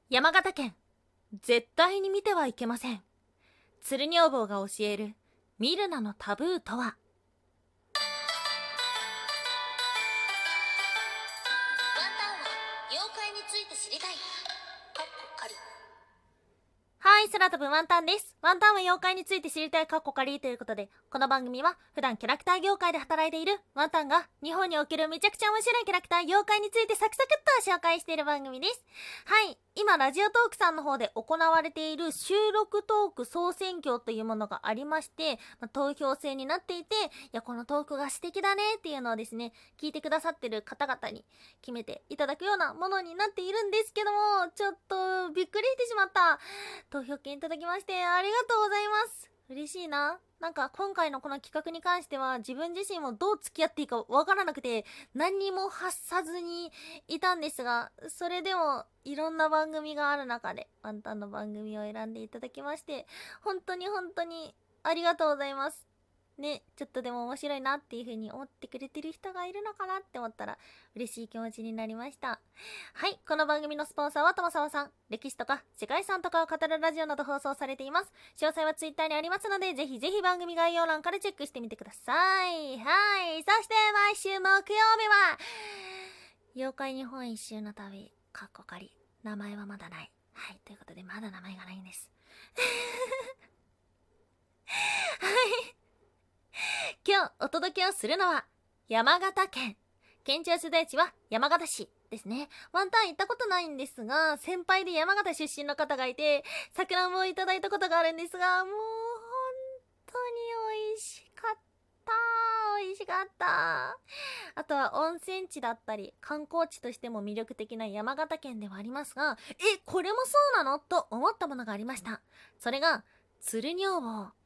山形県、絶対に見てはいけません。鶴女房が教えるミルナのタブーとは。 ワンタンは妖怪について知りたい。かっこ仮。 はい、空飛ぶワンタンです。ワンタンは妖怪について知りたいカッコカリということで、この番組は普段キャラクター業界で働いているワンタンが日本におけるめちゃくちゃ面白いキャラクター妖怪についてサクサクっと紹介している番組です。はい、今ラジオトークさんの方で行われている収録トーク総選挙というものがありまして、投票制になっていて、いやこのトークが素敵だねっていうのをですね、聞いてくださってる方々に決めていただくようなものになっているんですけども、ちょっとびっくりしてしまった。投票権いただきましてありがとうございます。嬉しいな。なんか今回のこの企画に関しては自分自身もどう付き合っていいかわからなくて何にも発さずにいたんですが、それでもいろんな番組がある中でワンタンの番組を選んでいただきまして本当にありがとうございます。ね、ちょっとでも面白いなっていう風に思ってくれてる人がいるのかなって思ったら嬉しい気持ちになりました。はい、この番組のスポンサーは友沢さん。歴史とか世界遺産とかを語るラジオなど放送されています。詳細はツイッターにありますので、ぜひぜひ番組概要欄からチェックしてみてください。はい、そして毎週木曜日は妖怪日本一周の旅、かっこかり。名前はまだない。はい、ということでまだ名前がないんです。はい。今日お届けをするのは山形県。県庁所在地は山形市ですね。ワンタン行ったことないんですが、先輩で山形出身の方がいて、さくらんぼをいただいたことがあるんですが、もう本当に美味しかった。美味しかった。あとは温泉地だったり、観光地としても魅力的な山形県ではありますが、これもそうなのと思ったものがありました。それが、鶴女房。はい。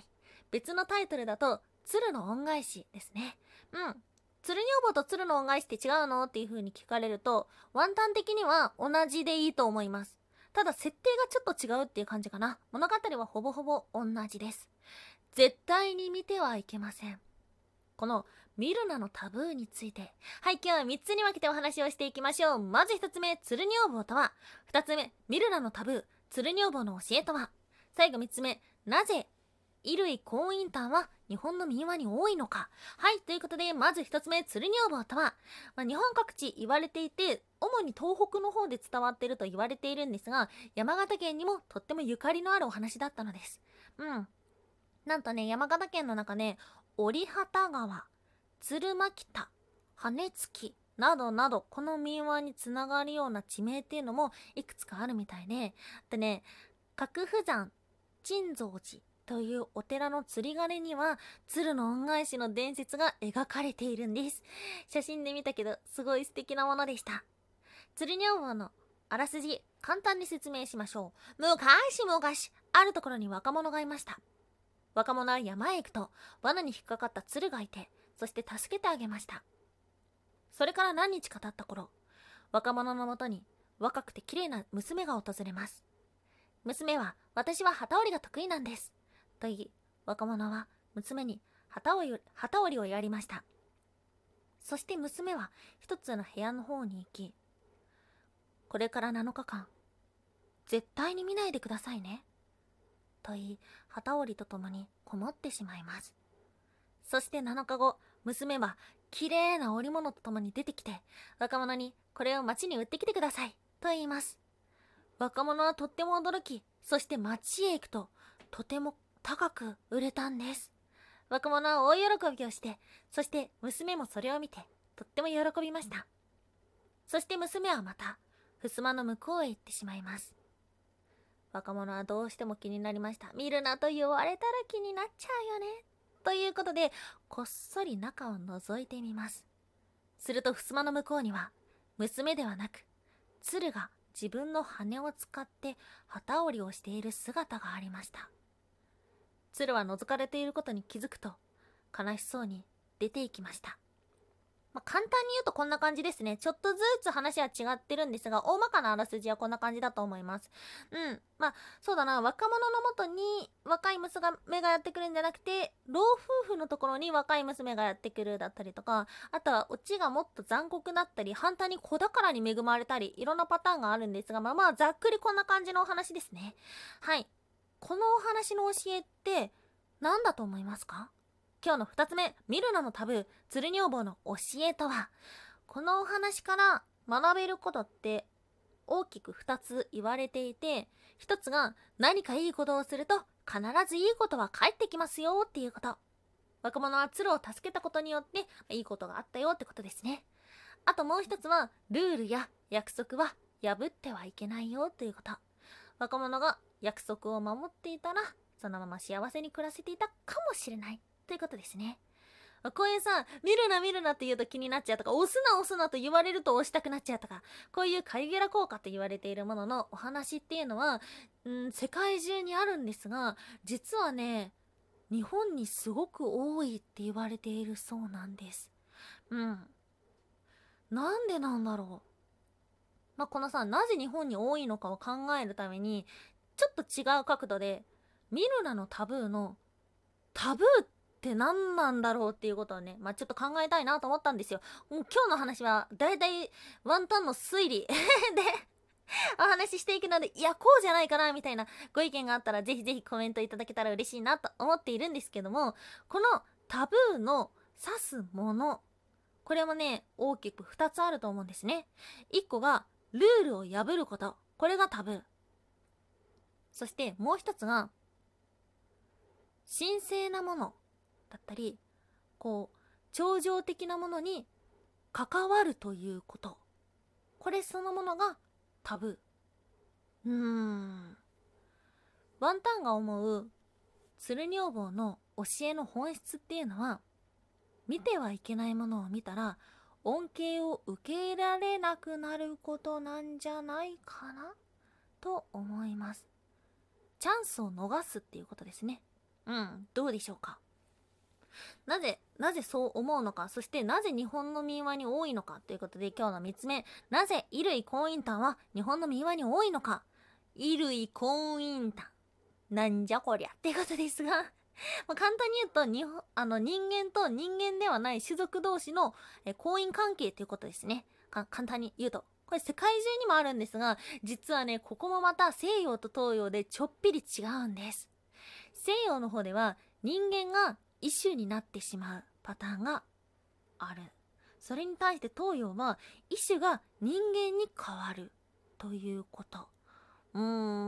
別のタイトルだと、鶴の恩返しですね。鶴女房と鶴の恩返しって違うのっていう風に聞かれると、ワンタン的には同じでいいと思います。ただ設定がちょっと違うっていう感じかな。物語はほぼほぼ同じです。絶対に見てはいけません。このミルナのタブーについて、はい、今日は3つに分けてお話をしていきましょう。まず1つ目、鶴女房とは。2つ目、ミルナのタブー、鶴女房の教えとは。最後3つ目、なぜ衣類婚姻譚は日本の民話に多いのか。はい、ということでまず一つ目、鶴女房とは、日本各地言われていて、主に東北の方で伝わっていると言われているんですが、山形県にもとってもゆかりのあるお話だったのです。なんとね、山形県の中ね、折幡川、鶴巻田、羽月などなど、この民話につながるような地名っていうのもいくつかあるみたいでね、角布山珍蔵寺というお寺の釣り鐘には鶴の恩返しの伝説が描かれているんです。写真で見たけどすごい素敵なものでした。鶴女房のあらすじ簡単に説明しましょう。昔あるところに若者がいました。若者は山へ行くと罠に引っかかった鶴がいて、そして助けてあげました。それから何日か経った頃、若者のもとに若くて綺麗な娘が訪れます。娘は、私は機織りが得意なんです。と言い、若者は娘に機織りをやりました。そして娘は一つの部屋の方に行き、これから7日間、絶対に見ないでくださいね。と言い、機織りとともにこもってしまいます。そして7日後、娘は綺麗な織物とともに出てきて、若者にこれを町に売ってきてください。と言います。若者はとっても驚き、そして町へ行くととても高く売れたんです。若者は大喜びをして、そして娘もそれを見てとっても喜びました。そして娘はまた襖の向こうへ行ってしまいます。若者はどうしても気になりました。見るなと言われたら気になっちゃうよね。ということでこっそり中を覗いてみます。すると襖の向こうには娘ではなく鶴が自分の羽を使って機織りをしている姿がありました。鶴は覗かれていることに気づくと悲しそうに出て行きました。 簡単に言うとこんな感じですね。ちょっとずつ話は違ってるんですが、大まかなあらすじはこんな感じだと思います。そうだな、若者のもとに若い娘がやってくるんじゃなくて、老夫婦のところに若い娘がやってくるだったりとか、あとはオチがもっと残酷だったり、反対に子宝に恵まれたり、いろんなパターンがあるんですが、ざっくりこんな感じのお話ですね。はい。このお話の教えって何だと思いますか？今日の2つ目、ミルナのタブー、鶴女房の教えとは。このお話から学べることって大きく2つ言われていて、1つが何かいいことをすると必ずいいことは返ってきますよっていうこと。若者は鶴を助けたことによっていいことがあったよってことですね。あともう1つはルールや約束は破ってはいけないよということ。若者が約束を守っていたらそのまま幸せに暮らせていたかもしれないということですね。こういうさ、見るなって言うと気になっちゃうとか、押すなと言われると押したくなっちゃうとか、こういうカリゲラ効果と言われているもののお話っていうのは、世界中にあるんですが、実はね、日本にすごく多いって言われているそうなんです。なんでなんだろう。このさ、なぜ日本に多いのかを考えるために、ちょっと違う角度で、ミルナのタブーのタブーって何なんだろうっていうことをね、ちょっと考えたいなと思ったんですよ。もう今日の話はだいたいワンタンの推理でお話ししていくので、いやこうじゃないかなみたいなご意見があったらぜひぜひコメントいただけたら嬉しいなと思っているんですけども、このタブーの指すもの、これもね大きく2つあると思うんですね。1個がルールを破ること、これがタブー。そしてもう1つが神聖なものだったり、超常的なものに関わるということ、これそのものがタブー。ワンタンが思う鶴女房の教えの本質っていうのは、見てはいけないものを見たら恩恵を受け入れられなくなることなんじゃないかなと思います。チャンスを逃すっていうことですね。どうでしょうか。なぜそう思うのか、そしてなぜ日本の民話に多いのかということで、今日の3つ目、なぜ衣類婚姻譚は日本の民話に多いのか。衣類婚姻譚、なんじゃこりゃっていうことですが簡単に言うと人間と人間ではない種族同士の婚姻関係ということですね。簡単に言うとこれ世界中にもあるんですが、実はねここもまた西洋と東洋でちょっぴり違うんです。西洋の方では人間が異種になってしまうパターンがある。それに対して東洋は異種が人間に変わるということ。こ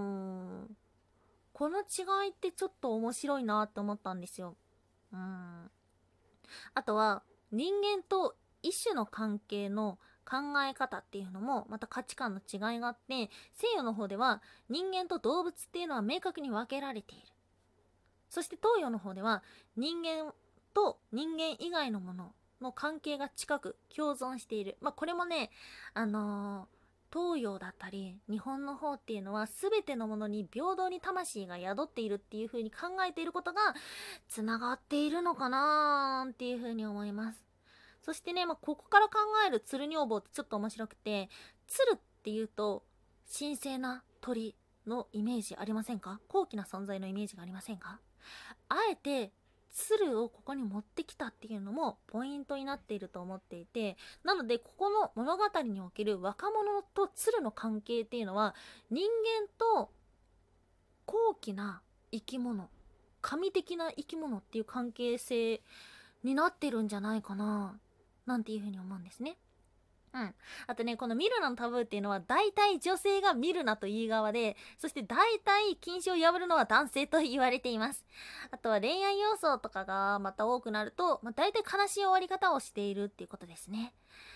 の違いってちょっと面白いなって思ったんですよ。あとは人間と異種の関係の考え方っていうのもまた価値観の違いがあって、西洋の方では人間と動物っていうのは明確に分けられている。そして東洋の方では人間と人間以外のものの関係が近く共存している。これもね、東洋だったり日本の方っていうのは全てのものに平等に魂が宿っているっていう風に考えていることがつながっているのかなーっていう風に思います。そしてね、ここから考える鶴女房ってちょっと面白くて、鶴っていうと神聖な鳥のイメージありませんか？高貴な存在のイメージがありませんか？あえて鶴をここに持ってきたっていうのもポイントになっていると思っていて、なのでここの物語における若者と鶴の関係っていうのは人間と高貴な生き物、神的な生き物っていう関係性になってるんじゃないかななんていうふうに思うんですね。あとね、この見るなのタブーっていうのは大体女性が見るなと言い側で、そして大体禁止を破るのは男性と言われています。あとは恋愛要素とかがまた多くなると、大体悲しい終わり方をしているっていうことですね。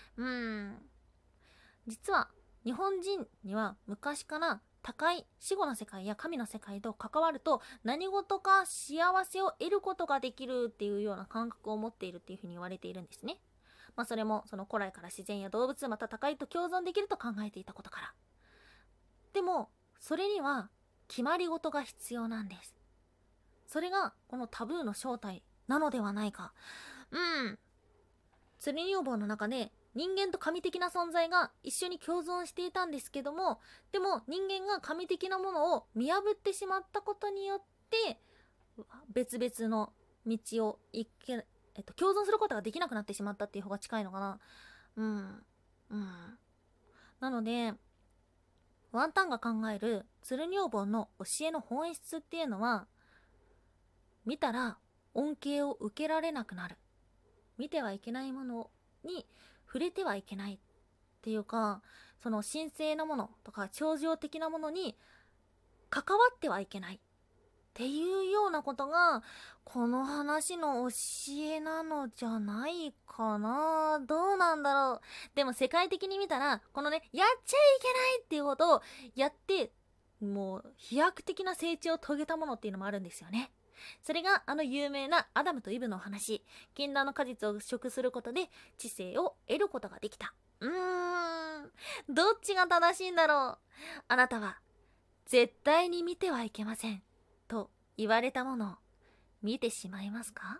実は日本人には昔から高い死後の世界や神の世界と関わると何事か幸せを得ることができるっていうような感覚を持っているっていうふうに言われているんですね。それもその古来から自然や動物、また高いと共存できると考えていたことから。でもそれには決まり事が必要なんです。それがこのタブーの正体なのではないか。 鶴女房の中で人間と神的な存在が一緒に共存していたんですけども、でも人間が神的なものを見破ってしまったことによって別々の道を共存することができなくなってしまったっていう方が近いのかな。なのでワンタンが考える鶴女房の教えの本質っていうのは、見たら恩恵を受けられなくなる、見てはいけないものに触れてはいけないっていうか、その神聖なものとか超常的なものに関わってはいけないっていうようなことがこの話の教えなのじゃないかな。どうなんだろう。でも世界的に見たらこのね、やっちゃいけないっていうことをやってもう飛躍的な成長を遂げたものっていうのもあるんですよね。それが有名なアダムとイブの話。禁断の果実を食することで知性を得ることができた。どっちが正しいんだろう。あなたは絶対に見てはいけませんと言われたものを見てしまいますか？ ワン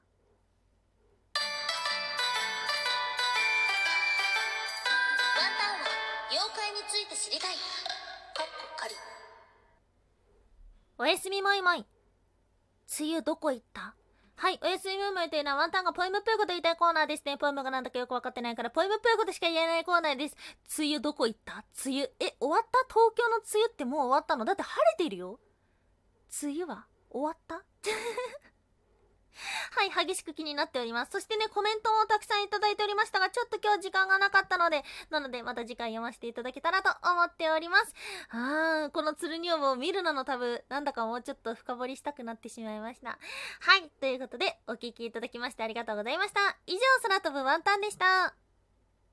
タンは妖怪について知りたい。かっこかり。 おやすみもいもい。梅雨どこ行った？はい、おやすみもいもいというのはワンタンがポエムっぽいこと言いたいコーナーですね。ポエムがなんだかよくわかってないからポエムっぽいことしか言えないコーナーです。梅雨どこ行った？梅雨終わった？東京の梅雨ってもう終わったの？だって晴れているよ。梅雨は終わったはい、激しく気になっております。そしてね、コメントをたくさんいただいておりましたが、ちょっと今日時間がなかったので、また次回読ませていただけたらと思っております。この鶴女房を見るののタブ、なんだかもうちょっと深掘りしたくなってしまいました。はい、ということで、お聞きいただきましてありがとうございました。以上、空飛ぶワンタンでした。